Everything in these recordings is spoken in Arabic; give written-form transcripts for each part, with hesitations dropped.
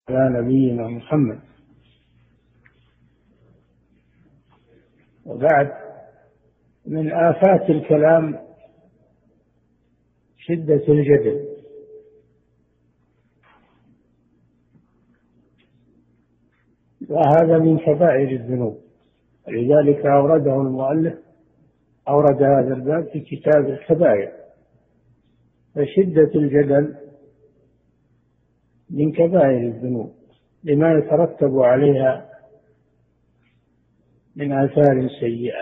على نبينا محمد. وبعد، من آفات الكلام شدة الجدل، وهذا من كبائر الذنوب، لذلك أورده المؤلف، أورد هذا الباب في كتاب الكبائر. فشدة الجدل من كبائر الذنوب لما يترتب عليها من آثار سيئة.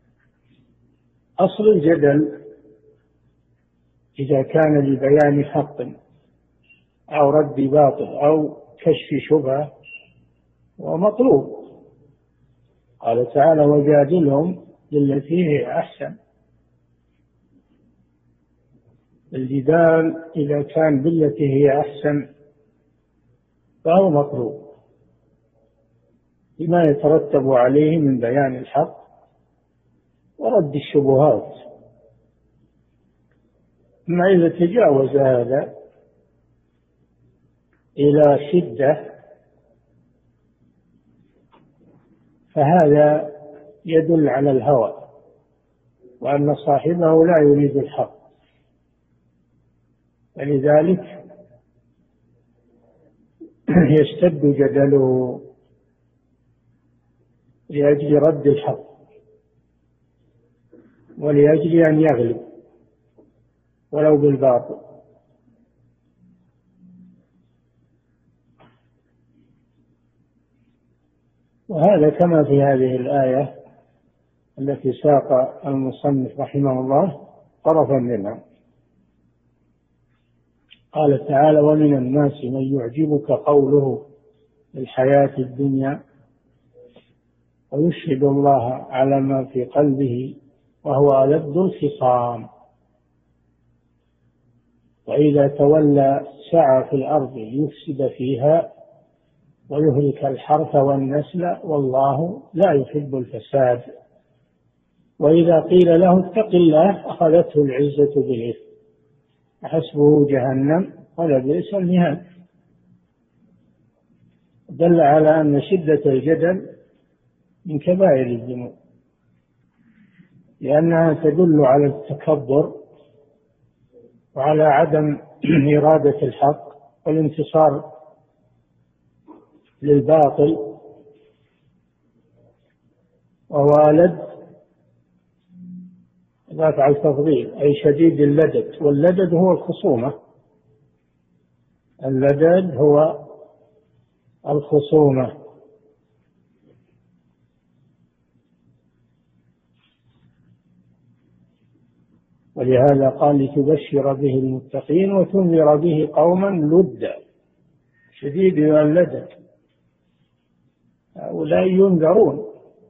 أصل الجدل إذا كان لبيان حق أو رد باطل أو كشف شبهة ومطلوب. قال تعالى: وجادلهم بالتي هي أحسن. الجدال إذا كان بالتي هي أحسن فهو مطلوب لما يترتب عليه من بيان الحق ورد الشبهات. أما إذا تجاوز هذا إلى شدة فهذا يدل على الهوى، وأن صاحبه لا يريد الحق، ولذلك يشتد جدله لأجل رد الحق ولأجل أن يغلب ولو بالباطل. وهذا كما في هذه الآية التي ساق المصنف رحمه الله طرفا منها. قال تعالى: ومن الناس من يعجبك قوله في الحياة الدنيا ويشهد الله على ما في قلبه وهو ألد الخصام وإذا تولى سعى في الأرض يفسد فيها ويهلك الحرث والنسل والله لا يحب الفساد وإذا قيل له اتق الله أخذته العزة بالإثم حسبه جهنم ولبئس المهاد. دل على أن شدة الجدل من كبائر الذنوب، لأنها تدل على التكبر وعلى عدم إرادة الحق والانتصار للباطل. ووالد رافع التفضيل أي شديد اللدد، واللدد هو الخصومة. اللدد هو الخصومة. ولهذا قال: لتبشر به المتقين وتنذر به قوما لدا. شديد اللدد، هؤلاء ينذرون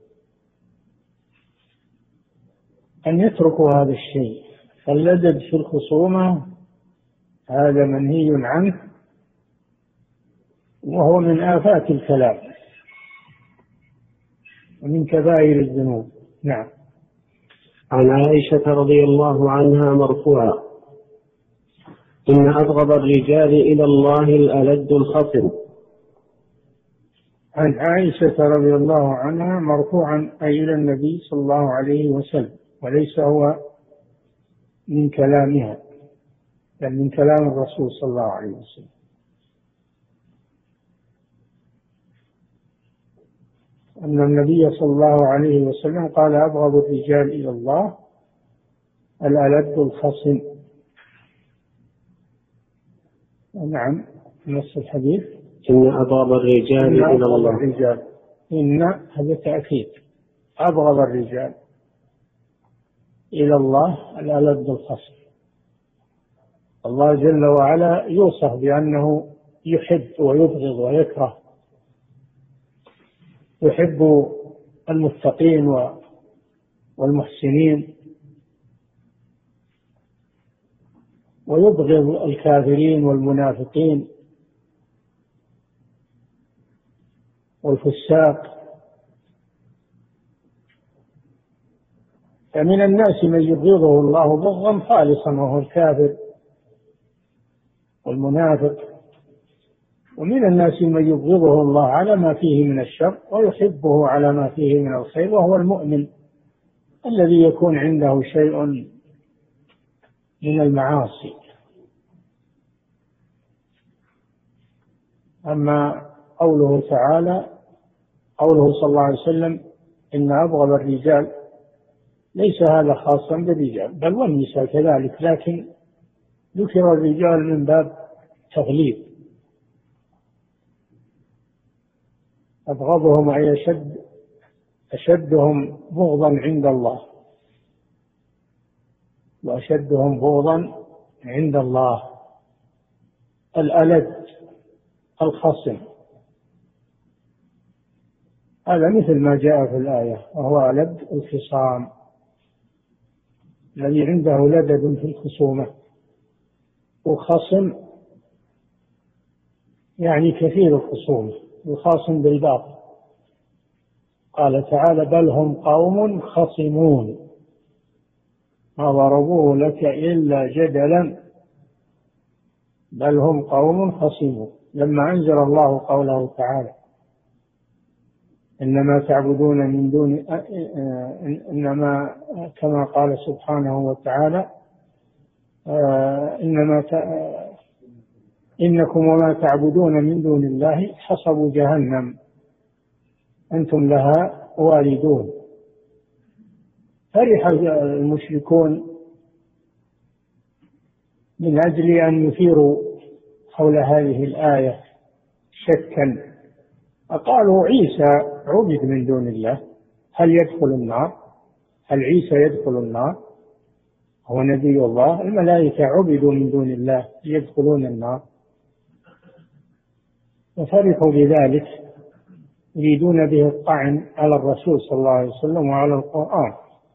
أن يتركوا هذا الشيء. فاللدد في الخصومة هذا منهي عنه، وهو من آفات الكلام ومن كبائر الذنوب. نعم. عن عائشة رضي الله عنها مرفوعا: إن أبغض الرجال إلى الله الألد الخصم. عن عائشة رضي الله عنها مرفوعا أي إلى النبي صلى الله عليه وسلم، وليس هو من كلامها بل من كلام الرسول صلى الله عليه وسلم. أن النبي صلى الله عليه وسلم قال: أبغض الرجال إلى الله الألد الخصم. نعم، نص الحديث: إن أبغض الرجال إلى الله. إن هذا تأكيد، أبغض الرجال إلى الله الألد الخصم. الله جل وعلا يوصف بأنه يحب ويبغض ويكره. يحب المتقين والمحسنين ويبغض الكافرين والمنافقين والفساق. فمن الناس من يبغضه الله بغضا خالصا وهو الكافر والمنافق. ومن الناس من يبغضه الله على ما فيه من الشر ويحبه على ما فيه من الخير، وهو المؤمن الذي يكون عنده شيء من المعاصي. أما قوله تعالى، قوله صلى الله عليه وسلم إن أبغض الرجال، ليس هذا خاصا بالرجال بل والنساء كذلك، لكن ذكر الرجال من باب تغليب. أبغضهم أي أشدهم بغضا عند الله، وأشدهم بغضا عند الله الألد الخصم، هذا مثل ما جاء في الآية، وهو ألد الخصام الذي عنده لدد في الخصومة، وخصم يعني كثير الخصومة، وخاصم بالباطل. قال تعالى بل هم قوم خصمون ما ضربوه لك إلا جدلا، بل هم قوم خصمون. لما أنزل الله قوله تعالى إنما تعبدون من دون، إنما كما قال سبحانه وتعالى إنكم وما تعبدون من دون الله حصب جهنم أنتم لها واردون. فرح المشركون من أجل أن يثيروا حول هذه الآية شكا، فقالوا عيسى عبد من دون الله، هل يدخل النار؟ هل عيسى يدخل النار؟ هو نبي الله؟ الملائكة عبدوا من دون الله يدخلون النار. وفرحوا بذلك، يريدون به الطعن على الرسول صلى الله عليه وسلم وعلى القرآن.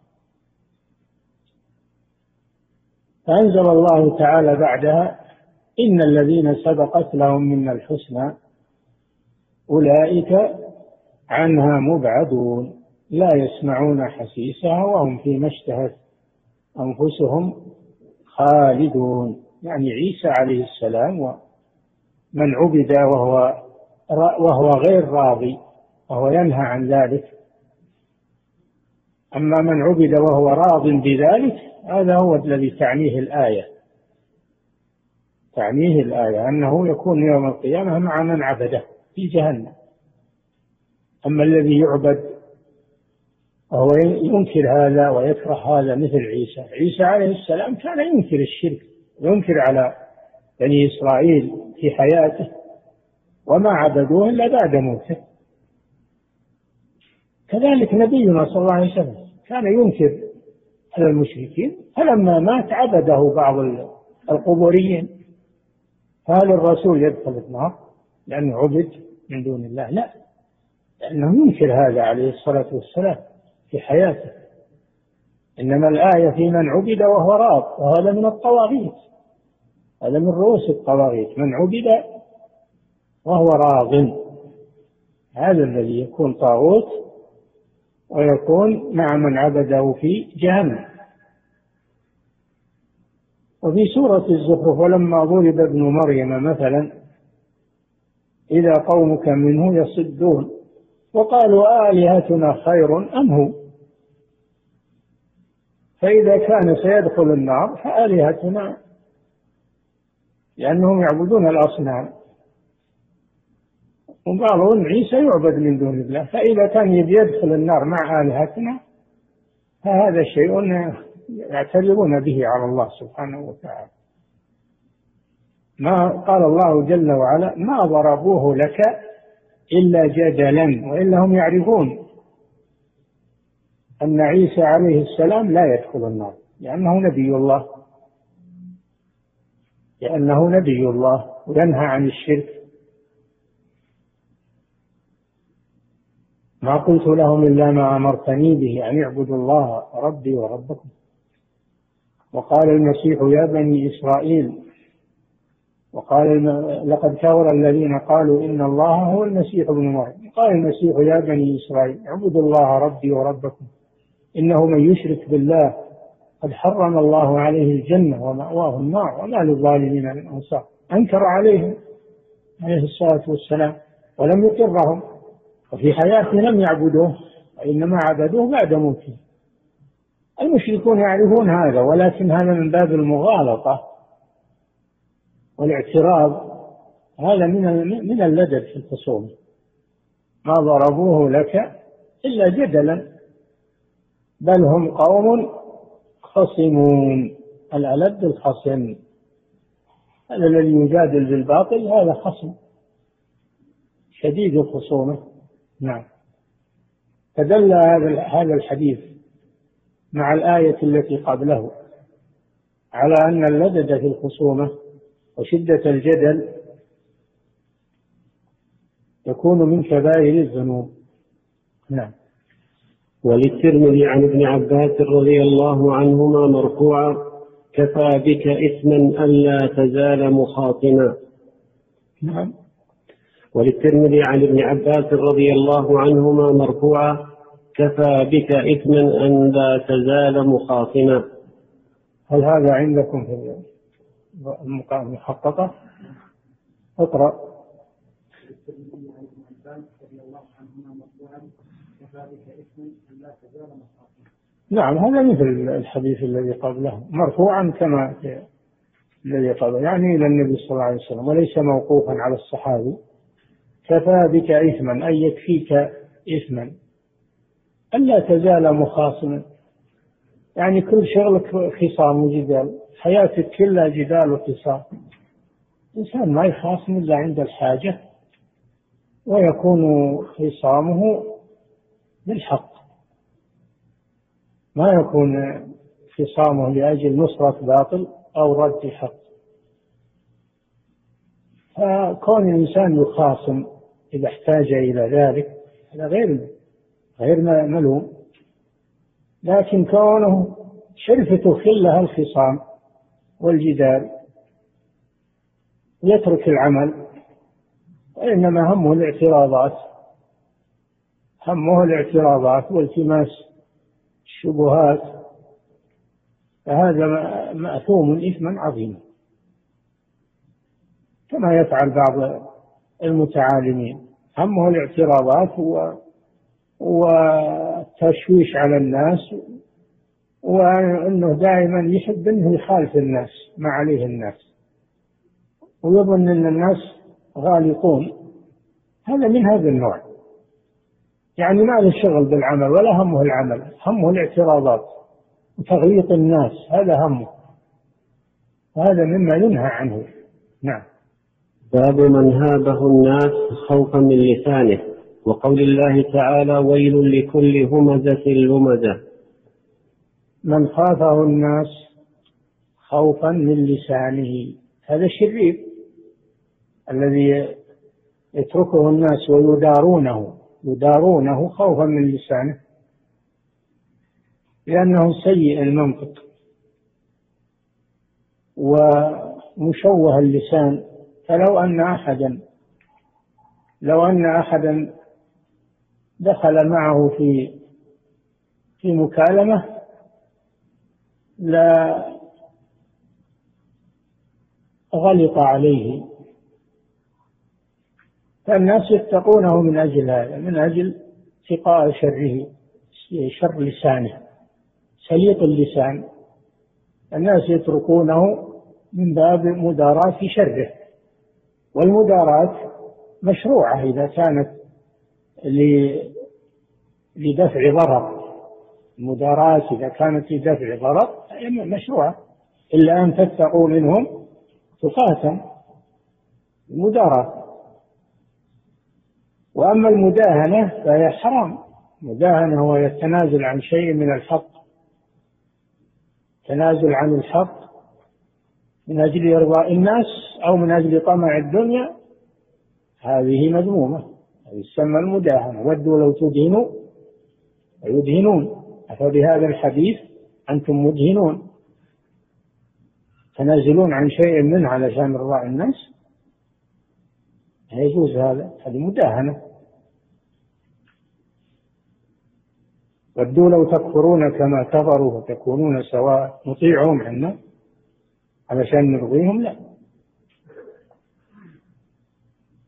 فأنزل الله تعالى بعدها إن الذين سبقت لهم من الحسنى أولئك عنها مبعدون لا يسمعون حسيسها وهم فيما اشتهت أنفسهم خالدون. يعني عيسى عليه السلام ومن عبد وهو غير راضي وهو ينهى عن ذلك، أما من عبد وهو راض بذلك هذا هو الذي تعنيه الآية. تعنيه الآية أنه يكون يوم القيامة مع من عبده في جهنم. أما الذي يعبد وهو ينكر هذا ويكره هذا مثل عيسى عليه السلام كان ينكر الشرك، ينكر على بني إسرائيل في حياته وما عبدوه إلا بعد موته. كذلك نبينا صلى الله عليه وسلم كان ينكر على المشركين، فلما مات عبده بعض القبوريين. فهل الرسول يدخل النار لأنه عبد من دون الله؟ لا، لأنه ينكر هذا عليه الصلاة والسلام في حياته. إنما الآية في من عبد وهو راض، وهذا من الطواغيت، هذا من رؤوس الطواغيت، من عبد وهو راض هذا الذي يكون طاغوت ويكون مع من عبده في جهنم. وفي سورة الزخرف ولما ضرب ابن مريم مثلا إذا قومك منه يصدون وقالوا آلهتنا خير أم هو، فإذا كان سيدخل النار فآلهتنا، لأنهم يعبدون الأصنام، وقالوا عيسى يعبد من دون الله، فإذا كان يدخل النار مع آلهتنا فهذا شيء يعترضون به على الله سبحانه وتعالى. ما قال الله جل وعلا ما ضربوه لك إلا جدلا، وإلا هم يعرفون أن عيسى عليه السلام لا يدخل النار لأنه نبي الله وينهى عن الشرك. ما قلت لهم إلا ما أمرتني به أن اعبدوا الله ربي وربكم. وقال المسيح يا بني إسرائيل، وقال لقد كفر الذين قالوا إن الله هو المسيح ابن مريم. قال المسيح يا بني إسرائيل اعبدوا الله ربي وربكم إنه من يشرك بالله قد حرم الله عليه الجنة ومأواه النار وما للظالمين من أنصار. أنكر عليهم عليه الصلاة والسلام ولم يقرهم، وفي حياته لم يعبدوه وإنما عبدوه بعد موته. المشركون يعرفون هذا، ولكن هذا من باب المغالطة والاعتراض، هذا من اللدد في الخصوم. ما ضربوه لك إلا جدلا بل هم قوم خصمون. الألد الخصم، هذا الذي يجادل بالباطل هذا خصم شديد الخصومة. نعم. فدل هذا الحديث مع الآية التي قبله على أن اللدد في الخصومة وشدة الجدل يكون من كبائر الذنوب. نعم. وللترمذي عن ابن عباس رضي الله عنهما مرفوعا: كفى بك إثما ألا تزال مخاصما. نعم. وللترمذي عن ابن عباس رضي الله عنهما مرفوعا: كفى بك إثما أن لا تزال مخاصما. هل هذا عندكم في المحققة؟ اقرأ. نعم، هذا مثل الحديث الذي قبله، مرفوعا كما الذي قبله، يعني إلى النبي صلى الله عليه وسلم، وليس موقوفا على الصحابي. كفى بك إثما أي يكفيك إثما ألا تزال مخاصما، يعني كل شغلك خصام وجدال، حياتك كلها جدال وخصام. الإنسان ما يخاصم إلا عند الحاجة، ويكون خصامه بالحق، ما يكون خصامه لأجل نصرة باطل أو رد حق. فكون الإنسان يخاصم إذا احتاج إلى ذلك هذا غير ملوم، لكن كونه شرفة خلها الخصام والجدال يترك العمل، وإنما همه الاعتراضات والتماس الشبهات، فهذا مأثوم إثما عظيما، كما يفعل بعض المتعالمين، همه الاعتراضات والتشويش على الناس، وأنه دائما يحب أنه يخالف الناس ما عليه الناس، ويظن أن الناس غالطون. هذا من هذا النوع، يعني ما له شغل بالعمل ولا همه العمل، همه الاعتراضات وتغليط الناس، هذا همه، هذا مما ينهى عنه. نعم. باب من هابه الناس خوفا من لسانه، وقول الله تعالى: ويل لكل همزة لمزة. من خافه الناس خوفا من لسانه، هذا الشرير الذي يتركه الناس ويدارونه خوفا من لسانه، لأنه سيء المنطق ومشوه اللسان. فلو أن أحدا دخل معه في مكالمة لا غلط عليه، فالناس يتقونه من أجل هذا، من أجل اتقاء شره، شر لسانه، سليط اللسان. الناس يتركونه من باب مداراة شره، والمداراة مشروعة إذا كانت لدفع ضرر. المداراة إذا كانت لدفع ضرر مشروعة، إلا أن تتقوا منهم تقاة المداراة. وأما المداهنة فهي حرام. المداهنة هو يتنازل عن شيء من الحق، تنازل عن الحق من أجل إرضاء الناس أو من أجل طمع الدنيا، هذه مذمومة، هذه تسمى المداهنة. ودوا لو تدهنوا ويدهنون، أفبهذا الحديث أنتم مدهنون، تنازلون عن شيء منه علشان إرضاء الناس، لا يجوز هذا، هذه مداهنة. ودوا لو تكفرون كما كفروا وتكونون سواء، نطيعهم عنا علشان نرضيهم؟ لا.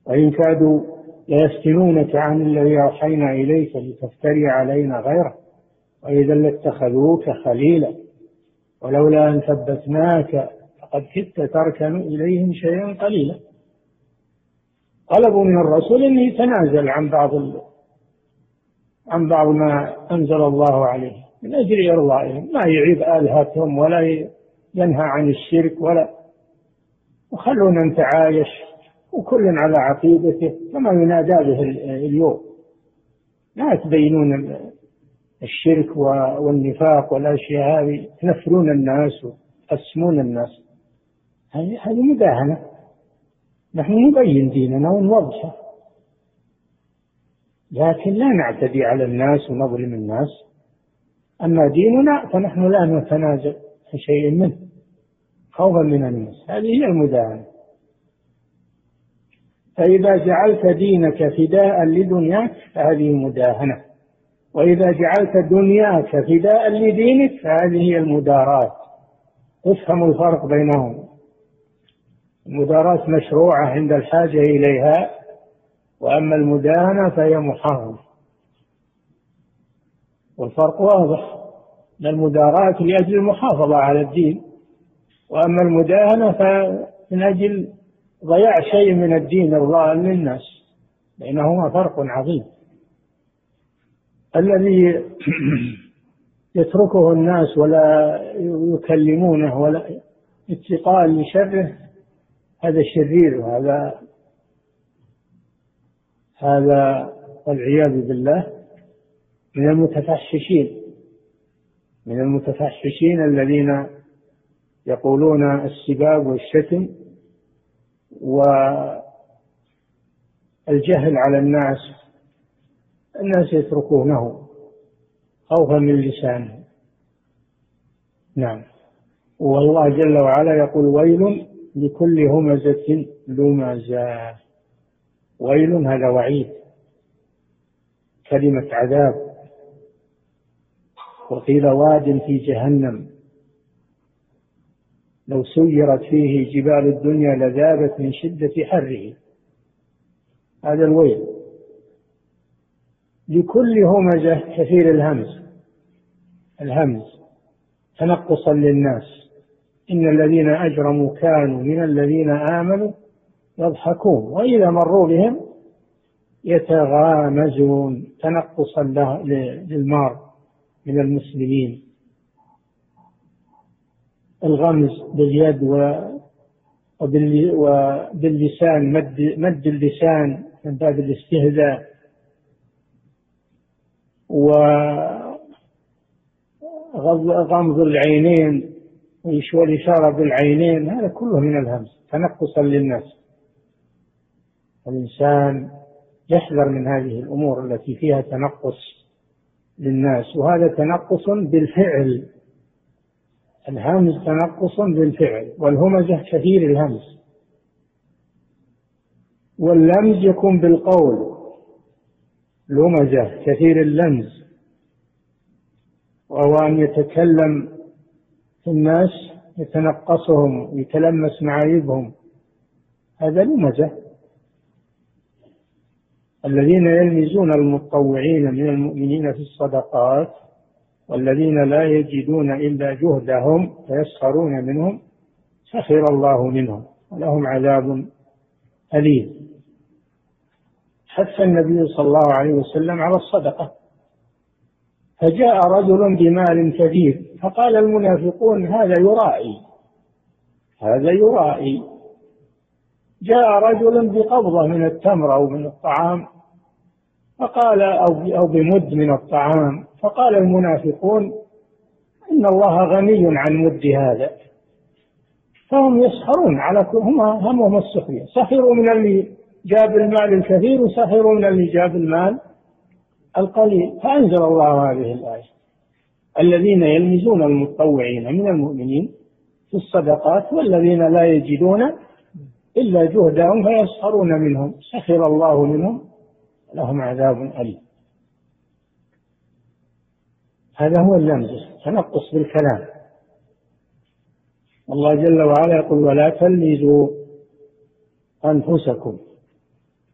وإن كادوا ليفتنونك عن الذي أوحينا إليك لتفتري علينا غيره وإذا لاتخذوك خليلا ولولا أن ثبتناك فقد كدت تركن إليهم شيئا قليلا. طلبوا من الرسول أن يتنازل عن بعض ما أنزل الله عليه من أجل إرضائهم، ما يعيب آلهتهم ولا ينهى عن الشرك وخلونا نتعايش وكل على عقيدته كما ينادى به اليوم. لا تبينون الشرك والنفاق والأشياء هذه، تنفرون الناس وتقسمون الناس، هذه مداهنة. نحن نبين ديننا ونوضحه، لكن لا نعتدي على الناس ونظلم الناس. أما ديننا فنحن لا نتنازل عن شيء منه خوفا من الناس، هذه هي المداهنة. فإذا جعلت دينك فداء لدنياك فهذه مداهنة، وإذا جعلت دنياك فداء لدينك فهذه هي المداراة. افهموا الفرق بينهم. المداراة مشروعة عند الحاجة إليها، وأما المداهنة فهي محرمة، والفرق واضح. المداراة لأجل المحافظة على الدين، وأما المداهنة فمن أجل ضياع شيء من الدين إرضاء للناس، بينهما فرق عظيم. الذي يتركه الناس ولا يكلمونه ولا اتقاء لشره هذا شرير، هذا والعياذ بالله من المتفحشين الذين يقولون السباب والشتم والجهل على الناس يتركونه خوفا من لسانه. نعم. والله جل وعلا يقول ويل لكل همزة لمزة. ويل هذا وعيد، كلمة عذاب. وقيل واد في جهنم لو سيرت فيه جبال الدنيا لذابت من شدة حره. هذا الويل. لكل همزة كثير الهمز تنقصا للناس. إن الذين أجرموا كانوا من الذين آمنوا يضحكون وإذا مروا بهم يتغامزون، تنقصا للمار من المسلمين. الغمز باليد وباللسان، مد اللسان من باب الاستهزاء، وغمض العينين والإشارة بالعينين، هذا كله من الهمز تنقصا للناس. الإنسان يحذر من هذه الأمور التي فيها تنقص للناس، وهذا تنقص بالفعل. الهمز تنقص بالفعل، والهمزة كثير الهمز، واللمز يكون بالقول. الهمزة كثير اللمز، وهو أن يتكلم في الناس يتنقصهم ويتلمس معايبهم، هذا لمزة. الذين يلمزون المتطوعين من المؤمنين في الصدقات والذين لا يجدون إلا جهدهم فيسخرون منهم سخر الله منهم ولهم عذاب أليم. حث النبي صلى الله عليه وسلم على الصدقة، فجاء رجل بمال كثير فقال المنافقون هذا يرائي. جاء رجل بقبضة من التمر أو من الطعام فقال أو بمد من الطعام، فقال المنافقون إن الله غني عن مد هذا. فهم يسخرون على همهم السخرية، سخروا من اللي جاب المال الكثير وسخروا من اللي جاب المال القليل. فأنزل الله هذه الآية الذين يلمزون المتطوعين من المؤمنين في الصدقات والذين لا يجدون إلا جهدهم فيسخرون منهم سخر الله منهم لهم عذاب أليم. هذا هو اللمز، تنقص بالكلام. الله جل وعلا يقول ولا تلمزوا أنفسكم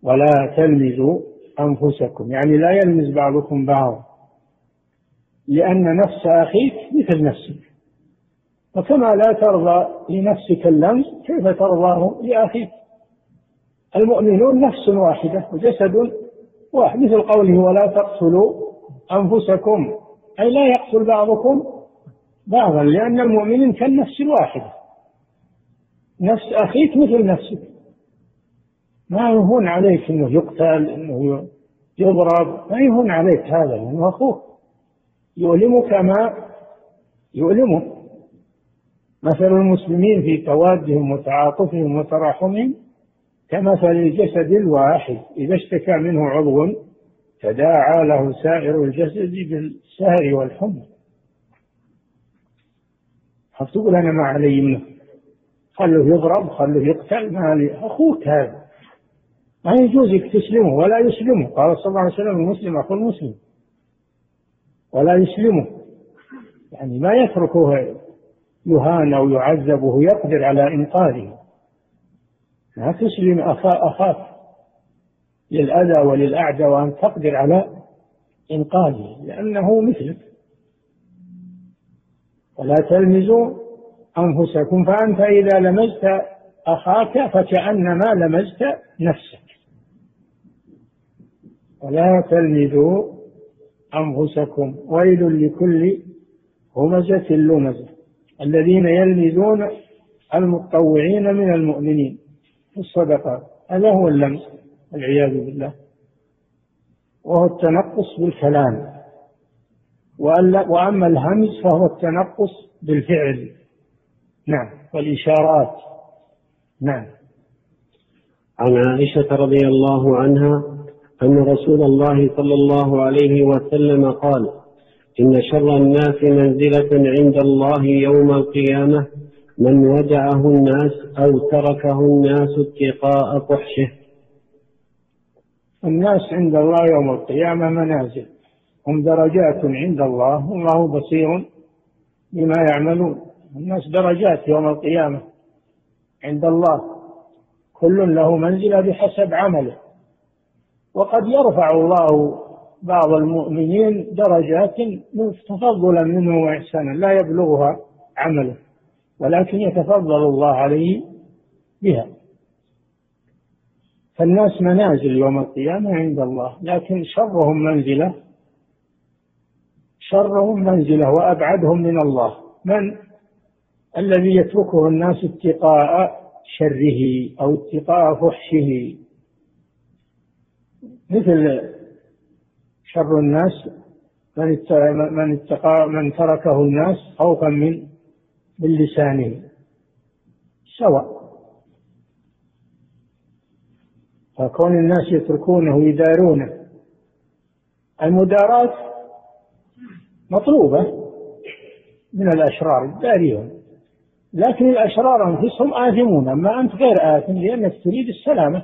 ولا تلمزوا أنفسكم، يعني لا يلمز بعضكم بعضا، لأن نفس أخيك مثل نفسك، وكما لا ترضى لنفسك اللمس كيف ترضاه لأخيك؟ المؤمنون نفس واحدة وجسد واحد، مثل قوله ولا تقتلوا أنفسكم، أي لا يقتل بعضكم بعضا، لأن المؤمنين كالنفس الواحدة، نفس أخيك مثل نفسك، ما يهون عليك أنه يقتل، أنه يضرب، ما يهون عليك هذا، لأنه أخوك يؤلمك ما يؤلمه. مثل المسلمين في توادهم وتعاطفهم وتراحمهم كمثل الجسد الواحد إذا اشتكى منه عضو تداعى له سائر الجسد بالسهر والحمى. تقول أنا ما علي منه، خلوه يضرب، خلوه يقتل، ما لي، أخوك هذا ما يجوزك تسلمه ولا يسلمه. قال صلى الله عليه وسلم المسلم أخو المسلم ولا يسلمه، يعني ما يتركه يهان أو يعذب وهو يقدر على إنقاذه. لا تسلم أخاك للأذى وللأعدى وأن تقدر على إنقاذه، لأنه مثلك. ولا تلمزوا أنفسكم، فأنت إذا لمزت أخاك فكأنما لمزت نفسك. ولا تلمزوا أنفسكم ويل لكل همزة لمزة، الذين يلمزون المتطوعين من المؤمنين في الصدقات، هذا هو اللمز والعياذ بالله، وهو التنقص بالكلام. وأما الهمز فهو التنقص بالفعل، نعم، والإشارات. نعم. عن عائشة رضي الله عنها أن رسول الله صلى الله عليه وسلم قال: إن شر الناس منزلة عند الله يوم القيامة من ودعه الناس أو تركه الناس اتقاء فحشه. الناس عند الله يوم القيامة منازل، هم درجات عند الله، والله بصير بما يعملون. الناس درجات يوم القيامة عند الله، كل له منزلة بحسب عمله، وقد يرفع الله بعض المؤمنين درجات تفضلا منه وإحسانا لا يبلغها عمله، ولكن يتفضل الله عليه بها. فالناس منازل يوم القيامة عند الله، لكن شرهم منزلة وأبعدهم من الله من الذي يتركه الناس اتقاء شره أو اتقاء فحشه. مثل شر الناس من تركه الناس خوفا من لسانه، سواء. فكون الناس يتركونه يدارونه، المداراة مطلوبة من الأشرار داريهم، لكن الأشرار أنفسهم آثمون، أما أنت غير آثم لأنك تريد السلامة.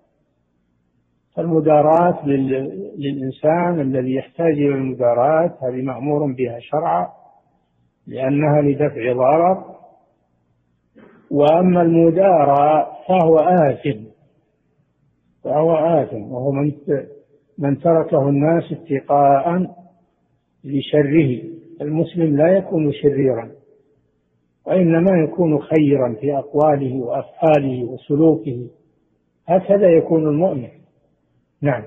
فالمداراة للإنسان الذي يحتاج إلى المداراة هذه مأمور بها شرعا لأنها لدفع ضرر. وأما المدارى فهو آثم، وهو من تركه الناس اتقاء لشره. المسلم لا يكون شريرا، وإنما يكون خيرا في أقواله وأفعاله وسلوكه، هكذا يكون المؤمن. نعم.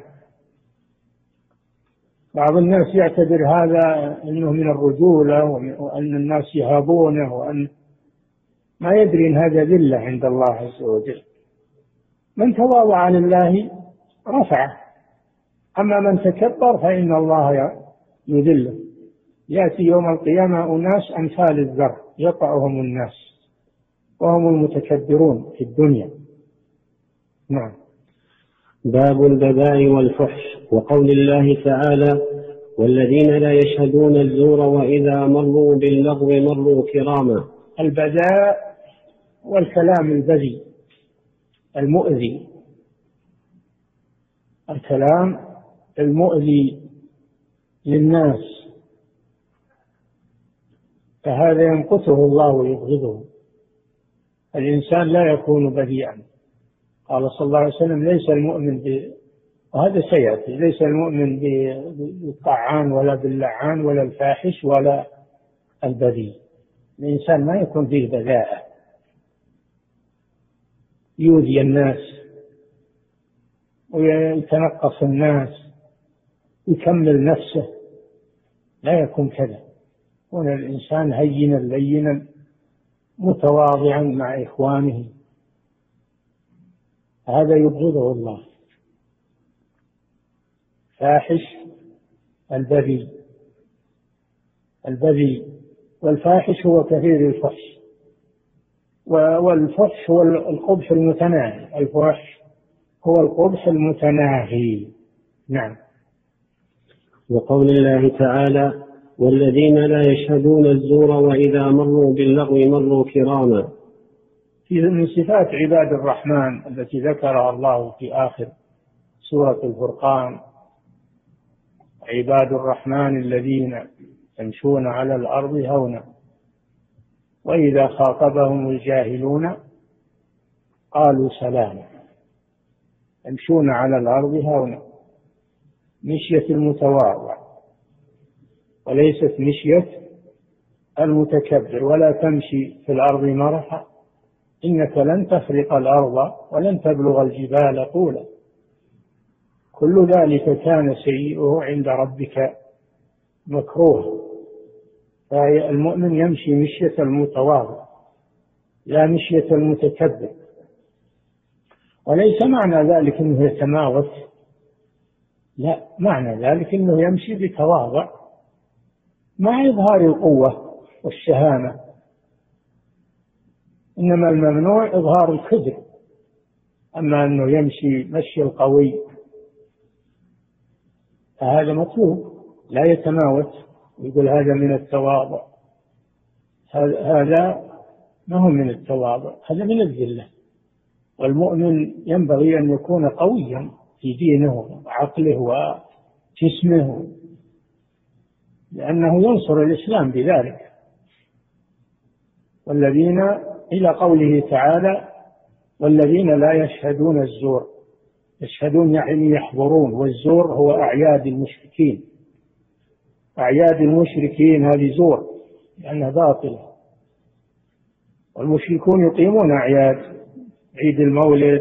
بعض الناس يعتبر هذا أنه من الرجولة وأن الناس يهابونه، وأن ما يدري أن هذا ذلة عند الله عز وجل. من تواضع لله رفعه، أما من تكبر فإن الله يذله. يأتي يوم القيامة أناس أمثال الذر يطأهم الناس وهم المتكبرون في الدنيا. نعم. باب البذاء والفحش، وقول الله تعالى: والذين لا يشهدون الزور وإذا مروا باللغو مروا كراما. البذاء والكلام البذيء المؤذي، الكلام المؤذي للناس، فهذا يمقته الله ويبغضه. الإنسان لا يكون بذيئا، قال صلى الله عليه وسلم ليس المؤمن وهذا سيأتي، ليس المؤمن بالطعان ولا باللعان ولا الفاحش ولا البذيء. الإنسان ما يكون فيه بذاءة يؤذي الناس ويتنقص الناس يكمل نفسه، لا يكون كذا. يكون الإنسان هينا لينا متواضعا مع إخوانه، هذا يبغضه الله. فاحش البذيء والفاحش هو كثير الفحش، والفحش هو القبح المتناهي، الفحش هو القبح المتناهي. نعم. وقول الله تعالى: والذين لا يشهدون الزور وإذا مروا باللغو مروا كراما. من صفات عباد الرحمن التي ذكرها الله في آخر سورة الفرقان: عباد الرحمن الذين يمشون على الأرض هونا وإذا خاطبهم الجاهلون قالوا سلاما. يمشون على الأرض هونا، مشية المتواضع وليست مشية المتكبر. ولا تمشي في الأرض مرحا إنك لن تخرق الأرض ولن تبلغ الجبال طولا كل ذلك كان سيئه عند ربك مكروه. فالمؤمن يمشي مشية المتواضع لا مشية المتكبر. وليس معنى ذلك أنه يتماوت، لا، معنى ذلك أنه يمشي بتواضع مع إظهار القوة والشهامة. إنما الممنوع إظهار الكبر، أما أنه يمشي مشي القوي فهذا مطلوب، لا يتماوت يقول هذا من التواضع. هذا ما هو من التواضع، هذا من الذلة. والمؤمن ينبغي أن يكون قويا في دينه وعقله وجسمه، لأنه ينصر الإسلام بذلك. والذين إلى قوله تعالى: والذين لا يشهدون الزور. يشهدون يعني يحضرون، والزور هو أعياد المشركين. أعياد المشركين هذه زور لأنها باطلة، والمشركون يقيمون أعياد، عيد المولد،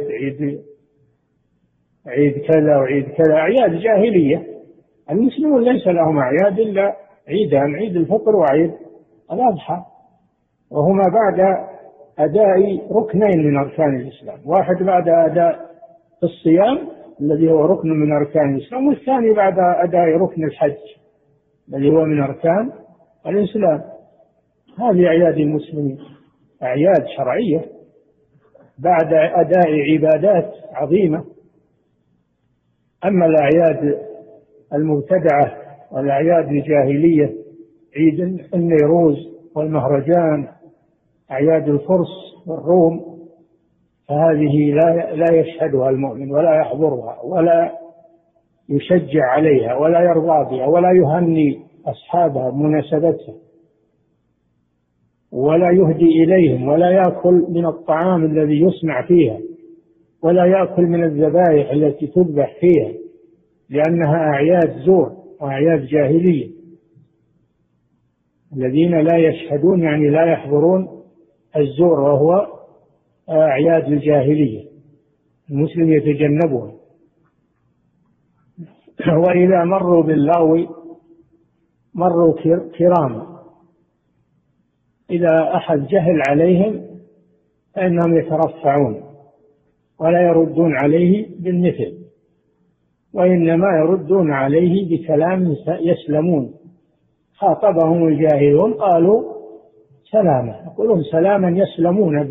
عيد كذا وعيد كذا، أعياد جاهلية. المسلمون ليس لهم أعياد إلا عيدان: عيد الفطر وعيد الأضحى، وهما بعد أداء ركنين من أركان الإسلام، واحد بعد أداء الصيام الذي هو ركن من أركان الإسلام، والثاني بعد أداء ركن الحج الذي هو من أركان الإسلام. هذه أعياد المسلمين، أعياد شرعية بعد أداء عبادات عظيمة. أما الأعياد المبتدعة والأعياد الجاهلية، عيد النيروز والمهرجان، أعياد الفرس والروم، فهذه لا يشهدها المؤمن ولا يحضرها ولا يشجع عليها ولا يرضى بها ولا يهني أصحابها بمناسبتها ولا يهدي إليهم ولا يأكل من الطعام الذي يصنع فيها ولا يأكل من الذبائح التي تذبح فيها، لأنها أعياد زور وأعياد جاهلية. الذين لا يشهدون يعني لا يحضرون الزور، وهو أعياد الجاهلية، المسلم يتجنبها. وإذا مروا باللغو مروا كراما. إذا أحد جهل عليهم فإنهم يترفعون ولا يردون عليه بالمثل، وإنما يردون عليه بكلام يسلمون. خاطبهم الجاهلون قالوا سلاما، يقولون سلاما يسلمون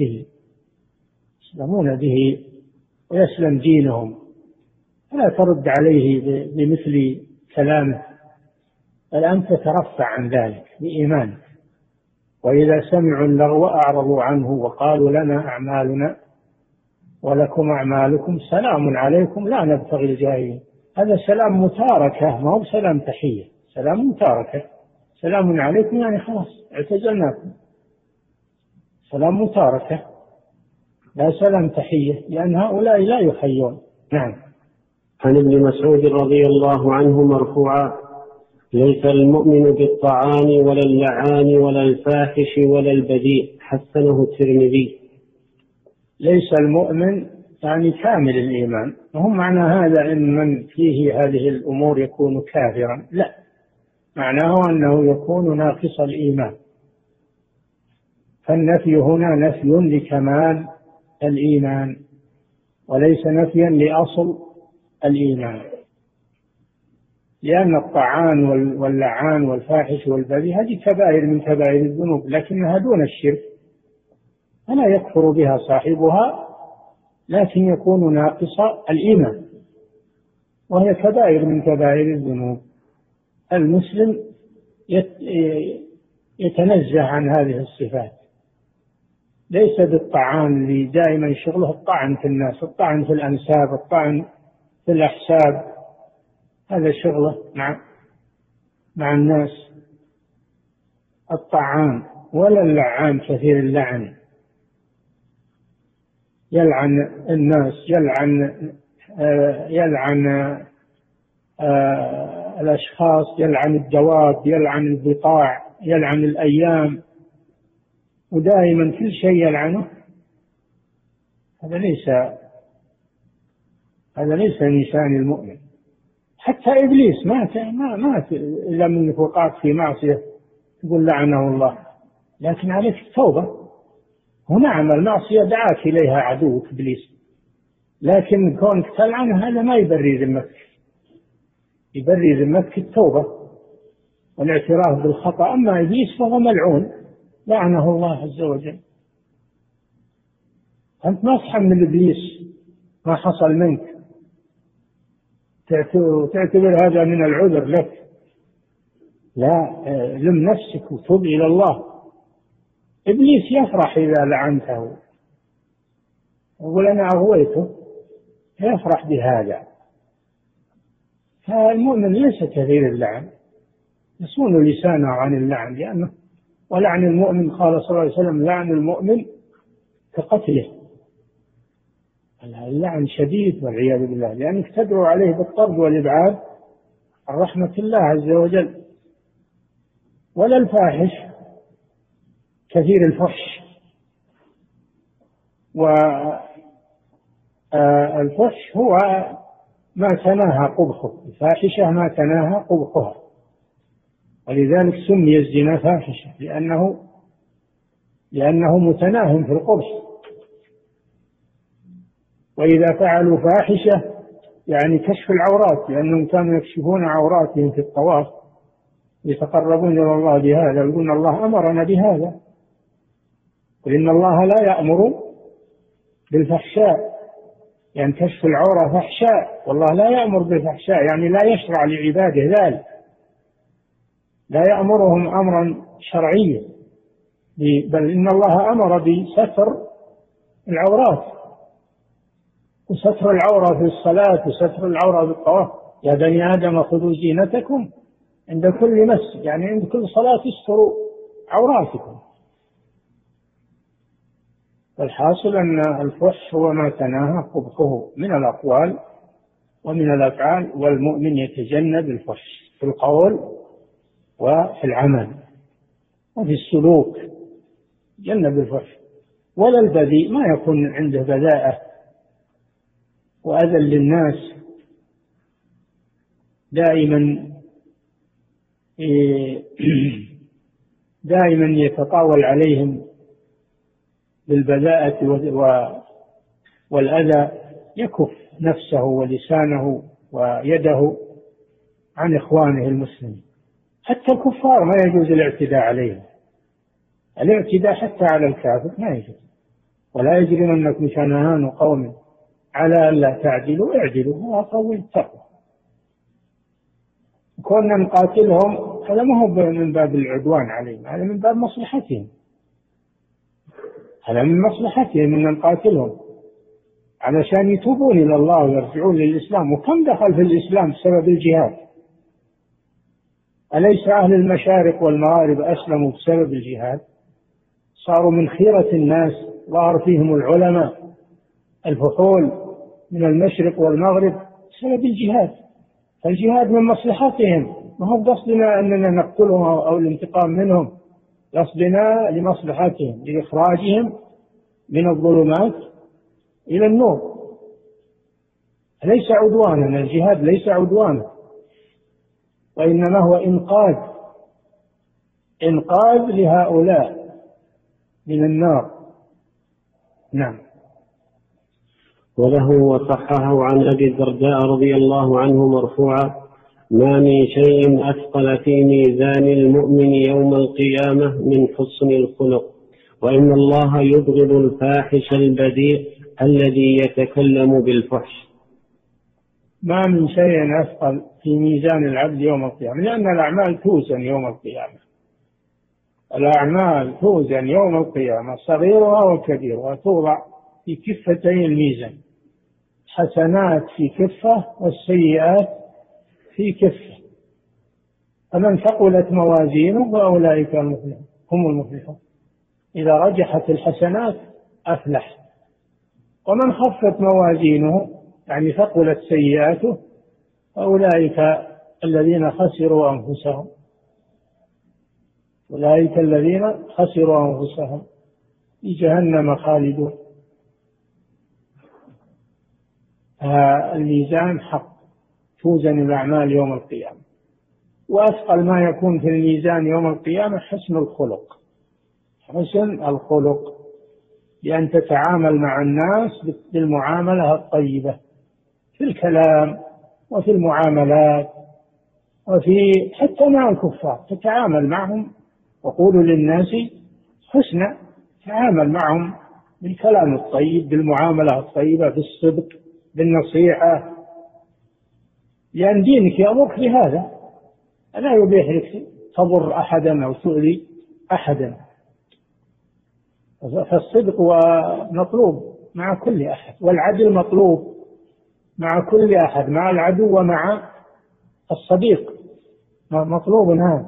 به ويسلم دينهم، فلا ترد عليه بمثل كلامه، بل أنت تترفع عن ذلك بإيمانك. وإذا سمعوا اللغو أعرضوا عنه وقالوا لنا أعمالنا ولكم أعمالكم سلام عليكم لا نبتغي الجاهلين. هذا سلام متاركة، ما هو سلام تحية، سلام متاركة. سلام عليكم يعني خلاص اعتزلناكم، سلام متاركة. لا سلام تحية، لأن هؤلاء لا يحيون. نعم. عن ابن مسعود رضي الله عنه مرفوعا: ليس المؤمن بالطعان ولا اللعان ولا الفاحش ولا البذيء. حسنه الترمذي. ليس المؤمن يعني كامل الإيمان، وهم معنى هذا أن من فيه هذه الأمور يكون كافرا، لا، معناه أنه يكون ناقص الإيمان. فالنفي هنا نفي لكمال الإيمان وليس نفيا لأصل الإيمان، لأن الطعان واللعان والفاحش والبذيء هذه كبائر من كبائر الذنوب، لكنها دون الشرك، فلا يكفر بها صاحبها، لكن يكون ناقص الإيمان، وهي كبائر من كبائر الذنوب. المسلم يتنزه عن هذه الصفات، ليس بالطعان اللي دائما شغله الطعن في الناس، الطعن في الأنساب، الطعن في الأحساب، هذا شغله مع الناس الطعان. ولا اللعان كثير اللعن، يلعن الناس، يلعن الأشخاص، يلعن الدواب، يلعن البقاع، يلعن الأيام، ودائما كل شيء يلعنه. هذا ليس لسان المؤمن. حتى إبليس ما إلا من وقعت في معصية تقول لعنه الله، لكن عليك التوبة. ونعم المعصية دعاك إليها عدوك إبليس، لكن كونك تلعنه هذا ما يبري ذمتك. يبري ذمتك التوبة والاعتراف بالخطأ. أما إبليس فهو ملعون لعنه الله عز وجل. أنت ما تحمل إبليس ما حصل منك، تعتبر هذا من العذر لك. لا، لم نفسك وتوب إلى الله. إبليس يفرح إذا لعنته، يقول أنا أغويته، يفرح بهذا. فالمؤمن ليس كثير اللعن، يصون لسانه عن اللعن، لأنه ولعن المؤمن قال صلى الله عليه وسلم: لعن المؤمن كقتله. اللعن شديد والعياذ بالله، لأنك تدعو عليه بالطرد والإبعاد عن رحمة الله عز وجل. ولا الفاحش كثير الفحش، والفحش هو ما تناهى قبحه، الفاحشة ما تناهى قبحها، ولذلك سمي الزنا فاحشة لأنه متناهٍ في القبح. وإذا فعلوا فاحشة يعني كشف العورات، لأنهم كانوا يكشفون عوراتهم في الطواف يتقربون إلى الله بهذا، يقولون الله أمرنا بهذا. قل إن الله لا يأمر بالفحشاء، يعني كشف العورة فحشاء، والله لا يأمر بالفحشاء، يعني لا يشرع لعباده ذلك، لا يأمرهم أمرا شرعيا، بل إن الله أمر بستر العورات، وستر العورة في الصلاة، وستر العورة بالطواف. يا بني آدم خذوا زينتكم عند كل مسجد، يعني عند كل صلاة استروا عوراتكم. الحاصل أن الفحش هو ما تناهى قبحه من الأقوال ومن الأفعال، والمؤمن يتجنب الفحش في القول وفي العمل وفي السلوك، يتجنب الفحش. ولا البذيء، ما يكون عنده بذاءة وأذى للناس، دائما يتطاول عليهم بالبذاءة والأذى، يكف نفسه ولسانه ويده عن إخوانه المسلمين. حتى الكفار ما يجوز الاعتداء عليهم، الاعتداء حتى على الكافر ما يجوز. ولا يجرمنكم شنآن قوم على ألا تعدلوا اعدلوا هو أقرب للتقوى. كنا نقاتلهم هذا ما هو من باب العدوان عليهم، هذا من باب مصلحتهم، هذا من مصلحتهم أن نقاتلهم علشان يتوبون إلى الله ويرجعون للإسلام. وكم دخل في الإسلام بسبب الجهاد؟ أليس أهل المشارق والمغارب أسلموا بسبب الجهاد؟ صاروا من خيرة الناس، ظهر فيهم العلماء الفحول من المشرق والمغرب بسبب الجهاد. الجهاد من مصلحتهم، ما هو قصدنا أننا نقتلهم أو الانتقام منهم، قصدنا لمصلحتهم، لإخراجهم من الظلمات إلى النور، ليس عدوانا. الجهاد ليس عدوانا، وإنما هو إنقاذ لهؤلاء من النار. نعم. وله وصححه عن أبي الدرداء رضي الله عنه مرفوعا: ما من شيء أثقل في ميزان المؤمن يوم القيامة من حسن الخلق، وإن الله يبغض الفاحش البذيء الذي يتكلم بالفحش. ما من شيء أثقل في ميزان العبد يوم القيامة، لأن الأعمال توزن يوم القيامة. الأعمال توزن يوم القيامة، صغيرها وكبيرها توضع في كفتي الميزان، حسنات في كفة والسيئات في كفة. فمن ثقلت موازينه فأولئك هم المفلحون، إذا رجحت الحسنات أفلح. ومن خفت موازينه يعني ثقلت سيئاته فأولئك الذين خسروا أنفسهم، أولئك الذين خسروا أنفسهم في جهنم خالدون. الميزان حق، توزن الأعمال يوم القيامة. وأثقل ما يكون في الميزان يوم القيامة حسن الخلق، حسن الخلق، بأن تتعامل مع الناس بالمعاملة الطيبة في الكلام وفي المعاملات، وفي حتى مع الكفار تتعامل معهم، وقولوا للناس حسنا، تعامل معهم بالكلام الطيب، بالمعاملة الطيبة، بالصدق، بالنصيحة، لأن دينك يأمرك بهذا، لا يبيح لك تضر أحدا أو تؤذي أحدا. فالصدق مطلوب مع كل أحد، والعدل مطلوب مع كل أحد، مع العدو ومع الصديق مطلوب هذا.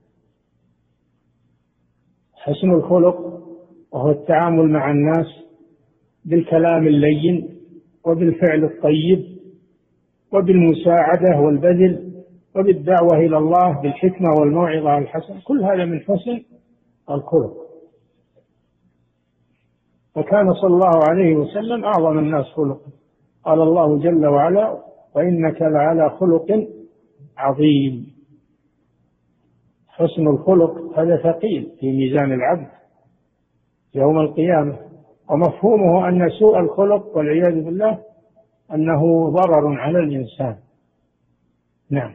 حسن الخلق وهو التعامل مع الناس بالكلام اللين وبالفعل الطيب وبالمساعدة والبذل وبالدعوة إلى الله بالحكمة والموعظة الحسنة، كل هذا من حسن الخلق. وكان صلى الله عليه وسلم أعظم الناس خلقا، قال الله جل وعلا: وإنك لعلى خلق عظيم. حسن الخلق هذا ثقيل في ميزان العبد يوم القيامة، ومفهومه أن سوء الخلق والعياذ بالله أنه ضرر على الإنسان. نعم.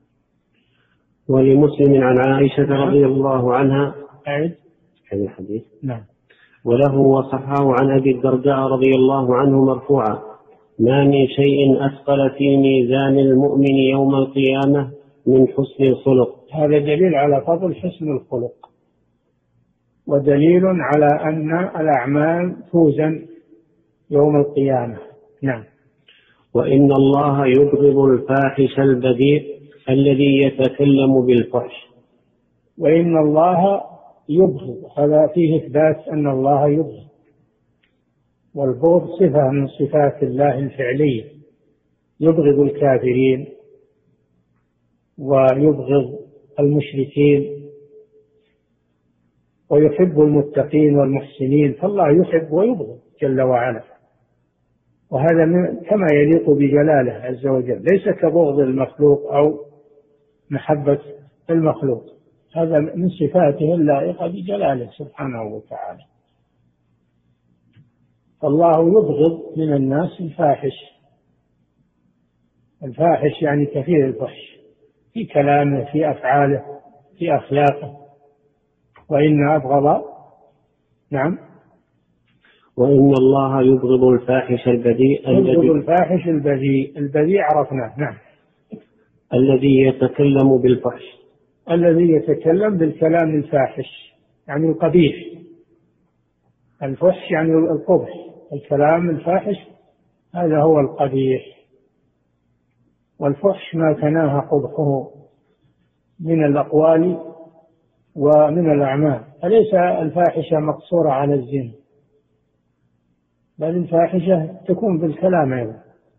ولمسلم عن عائشة رضي الله عنها أعد الحديث. نعم. وله وصححه عن أبي الدرداء رضي الله عنه مرفوعا: ما من شيء أثقل في ميزان المؤمن يوم القيامة من حسن الخلق. هذا دليل على فضل حسن الخلق، ودليل على أن الأعمال توزن يوم القيامة. نعم. وإن الله يبغض الفاحش البذيء الذي يتكلم بالفحش. وإن الله يبغض، هذا فيه إثبات أن الله يبغض، والبغض صفة من صفات الله الفعلية، يبغض الكافرين ويبغض المشركين ويحب المتقين والمحسنين، فالله يحب ويبغض جل وعلا، وهذا كما يليق بجلاله عز وجل، ليس كبغض المخلوق أو محبة المخلوق، هذا من صفاته اللائقة بجلاله سبحانه وتعالى. فالله يبغض من الناس الفاحش يعني كثير الفحش في كلامه، في أفعاله، في أخلاقه. وإن أبغض نعم. وإن الله يبغض الفاحش البذيء البذيء عرفناه. نعم. الذي يتكلم بالفحش، الذي يتكلم بالكلام الفاحش يعني القبيح. الفحش يعني القبح، الكلام الفاحش هذا هو القبيح. والفحش ما تناهى قبحه من الأقوال ومن الأعمال، فليس الفاحشة مقصورة على الزنا، بل الفاحشة تكون بالكلام أيضا،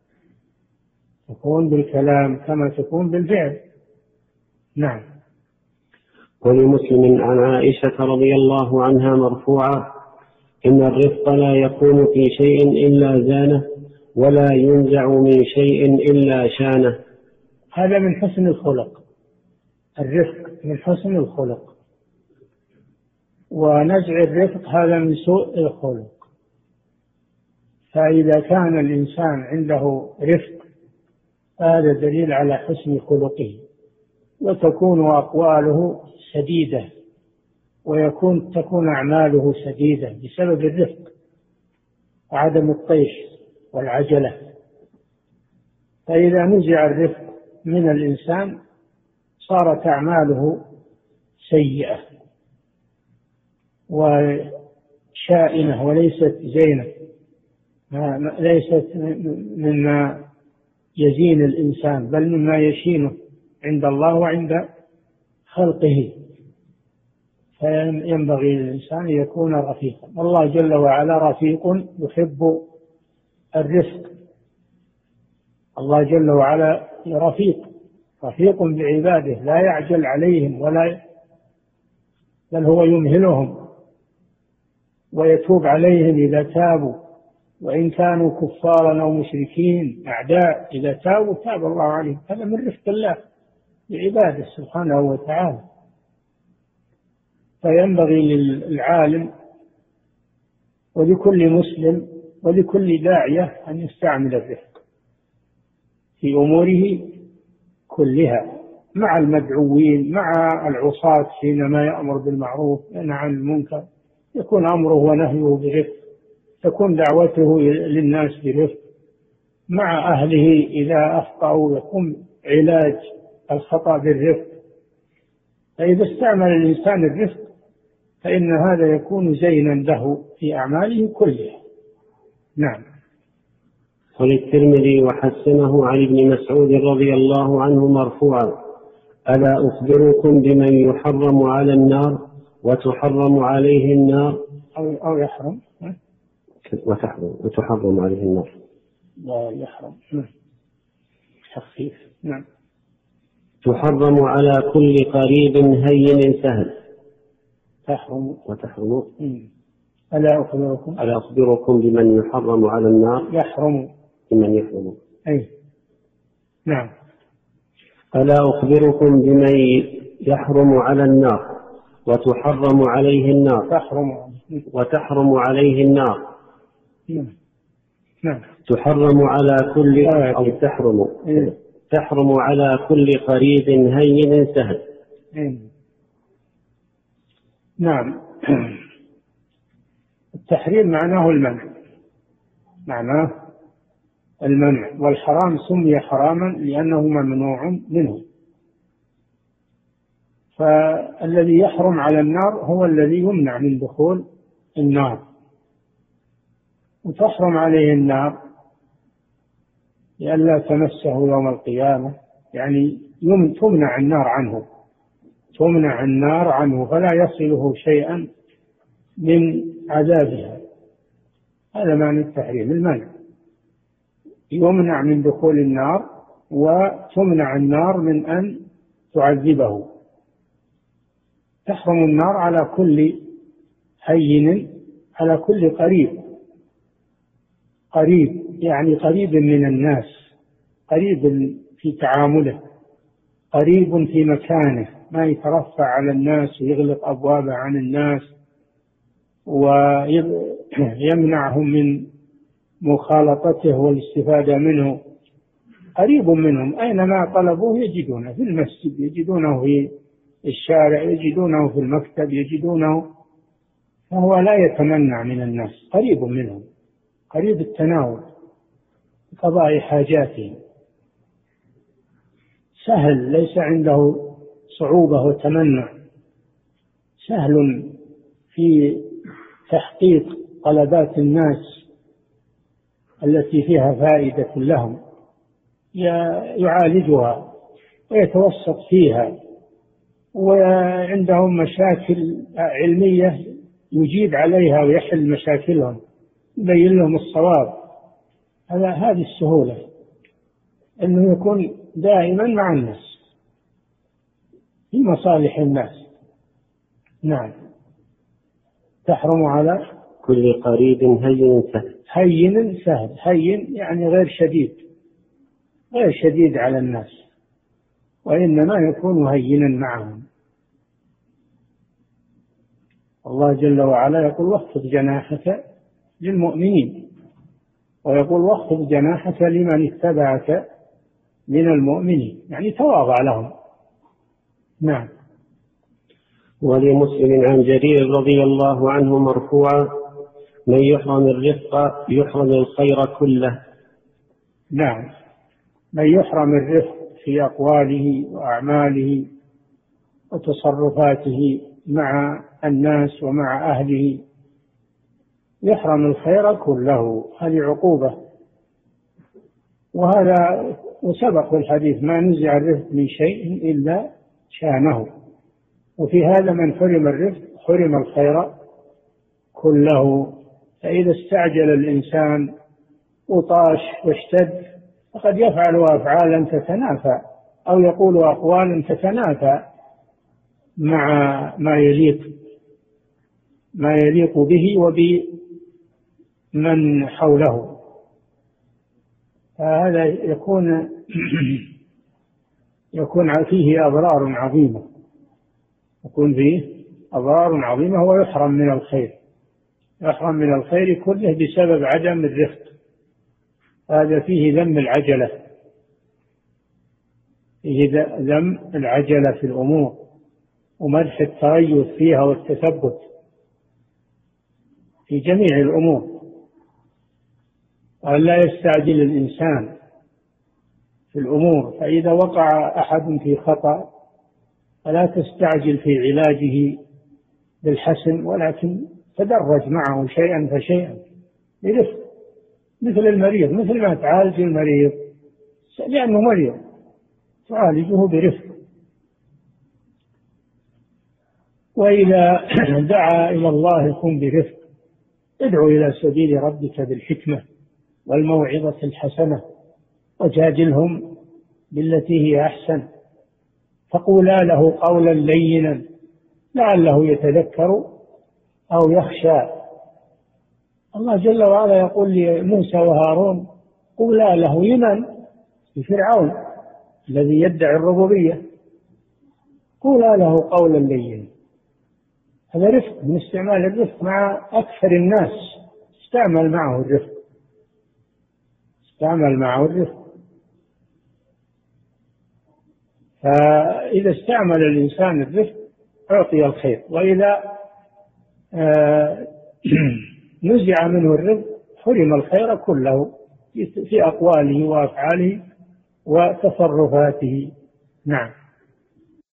تكون بالكلام كما تكون بالفعل. نعم. ولمسلم عن عائشة رضي الله عنها مرفوعة: إن الرفق لا يكون في شيء إلا زانه، ولا ينزع من شيء إلا شانه. هذا من حسن الخلق، الرفق من حسن الخلق، ونزع الرفق هذا من سوء الخلق. فإذا كان الإنسان عنده رفق هذا دليل على حسن خلقه، وتكون أقواله سديدة تكون أعماله سديدة بسبب الرفق وعدم الطيش والعجلة. فإذا نزع الرفق من الإنسان صارت أعماله سيئة وشائنة وليست زينة، ليست مما يزين الإنسان بل مما يشينه عند الله وعند خلقه. فينبغي للإنسان أن يكون رفيقا، والله جل وعلا رفيق يحب الرفق. الله جل وعلا رفيق بعباده، لا يعجل عليهم بل هو يمهلهم ويتوب عليهم إذا تابوا، وإن كانوا كفارا أو مشركين أعداء إذا تابوا تاب الله عليهم. هذا من رفق الله بعباده سبحانه وتعالى. فينبغي للعالم ولكل مسلم ولكل داعية أن يستعمل الرفق في أموره كلها، مع المدعوين، مع العصاة حينما يأمر بالمعروف وينهى عن المنكر يكون أمره ونهيه برفق، تكون دعوته للناس برفق، مع أهله إذا أخطأوا يكون علاج الخطأ بالرفق. فإذا استعمل الإنسان الرفق فإن هذا يكون زينا له في أعماله كلها. نعم. وللترمذي وحسنه عن ابن مسعود رضي الله عنه مرفوعا: ألا أخبركم بمن يحرم على النار وتحرم عليه النار؟ أو يحرم وتحرم عليه النار. لا يحرم تخفيف. نعم. تحرم على كل قريب هين سهل. وتحرم. ألا أخبركم بمن يحرم على النار؟ يحرم. بمن يحرم. أي. نعم. ألا أخبركم بمن يحرم على النار وتحرم عليه النار؟ وتحرم عليه النار. نعم. تحرم على كل أو تحرم على كل قريب هين سهل. نعم. التحريم معناه المنع، والحرام سمي حراما لأنه ممنوع منه. فالذي يحرم على النار هو الذي يمنع من دخول النار، وتحرم عليه النار لئلا تمسه يوم القيامة، يعني تمنع النار عنه فلا يصله شيئا من عذابها. هذا معنى التحريم، المنع، يمنع من دخول النار وتمنع النار من أن تعذبه. تحرم النار على كل هين، على كل قريب يعني قريب من الناس، قريب في تعامله، قريب في مكانه، ما يترفع على الناس ويغلق أبوابه عن الناس ويمنعهم من مخالطته والاستفادة منه. قريب منهم، أينما طلبوه يجدونه، في المسجد يجدونه، في الشارع يجدونه، في المكتب يجدونه، فهو لا يتمنع من الناس، قريب منهم، قريب التناول، قضاء حاجاتهم، سهل، ليس عنده صعوبة وتمنع، سهل في تحقيق طلبات الناس التي فيها فائدة لهم، يعالجها ويتوسط فيها، وعندهم مشاكل علمية يجيب عليها ويحل مشاكلهم يبين لهم الصواب. هذه السهولة، أنه يكون دائما مع الناس في مصالح الناس. نعم. تحرم على كل قريب هين سهل. هين سهل، هين يعني غير شديد على الناس، وإنما يكون هينا معهم. الله جل وعلا يقول واخفض جناحك للمؤمنين، ويقول واخفض جناحك لمن اتبعك من المؤمنين، يعني تواضع لهم. نعم. ولمسلم عن جرير رضي الله عنه مرفوعا: من يحرم الرفق يحرم الخير كله. نعم، من يحرم الرفق في أقواله وأعماله وتصرفاته مع الناس ومع أهله يحرم الخير كله. هذه عقوبة، وسبق في الحديث: ما نزع الرفق من شيء إلا شانه. وفي هذا من حرم الرفق حرم الخير كله. فإذا استعجل الإنسان وطاش واشتد فقد يفعل أفعالا تتنافى، أو يقول أقوالا تتنافى مع ما يليق به وبمن حوله. فهذا يكون فيه أضرار عظيمة، ويحرم من الخير، يحرم من الخير كله بسبب عدم الرفق. هذا فيه ذم العجلة، في الأمور، ومدح التريث فيها والتثبت في جميع الأمور، وأن لا يستعجل الإنسان في الأمور. فإذا وقع أحد في خطأ فلا تستعجل في علاجه بالحسن، ولكن تدرج معه شيئا فشيئا برفق، مثل المريض، مثل ما تعالج المريض لأنه مريض تعالجه برفق. وإذا دعا إلى الله قم برفق، ادعو إلى سبيل ربك بالحكمة والموعظة الحسنة، وجادلهم بالتي هي أحسن، فقولا له قولا لينا لعله يتذكر أو يخشى. الله جل وعلا يقول لموسى وهارون: قولا له، لمن؟ لفرعون الذي يدعي الربوبية، قولا له قولا لينا. هذا رفق، من استعمال الرفق مع أكثر الناس. استعمل معه الرفق. فإذا استعمل الإنسان الرفق أعطي الخير، وإذا نزع منه الرفق حرم الخير كله في أقواله وأفعاله وتصرفاته. نعم.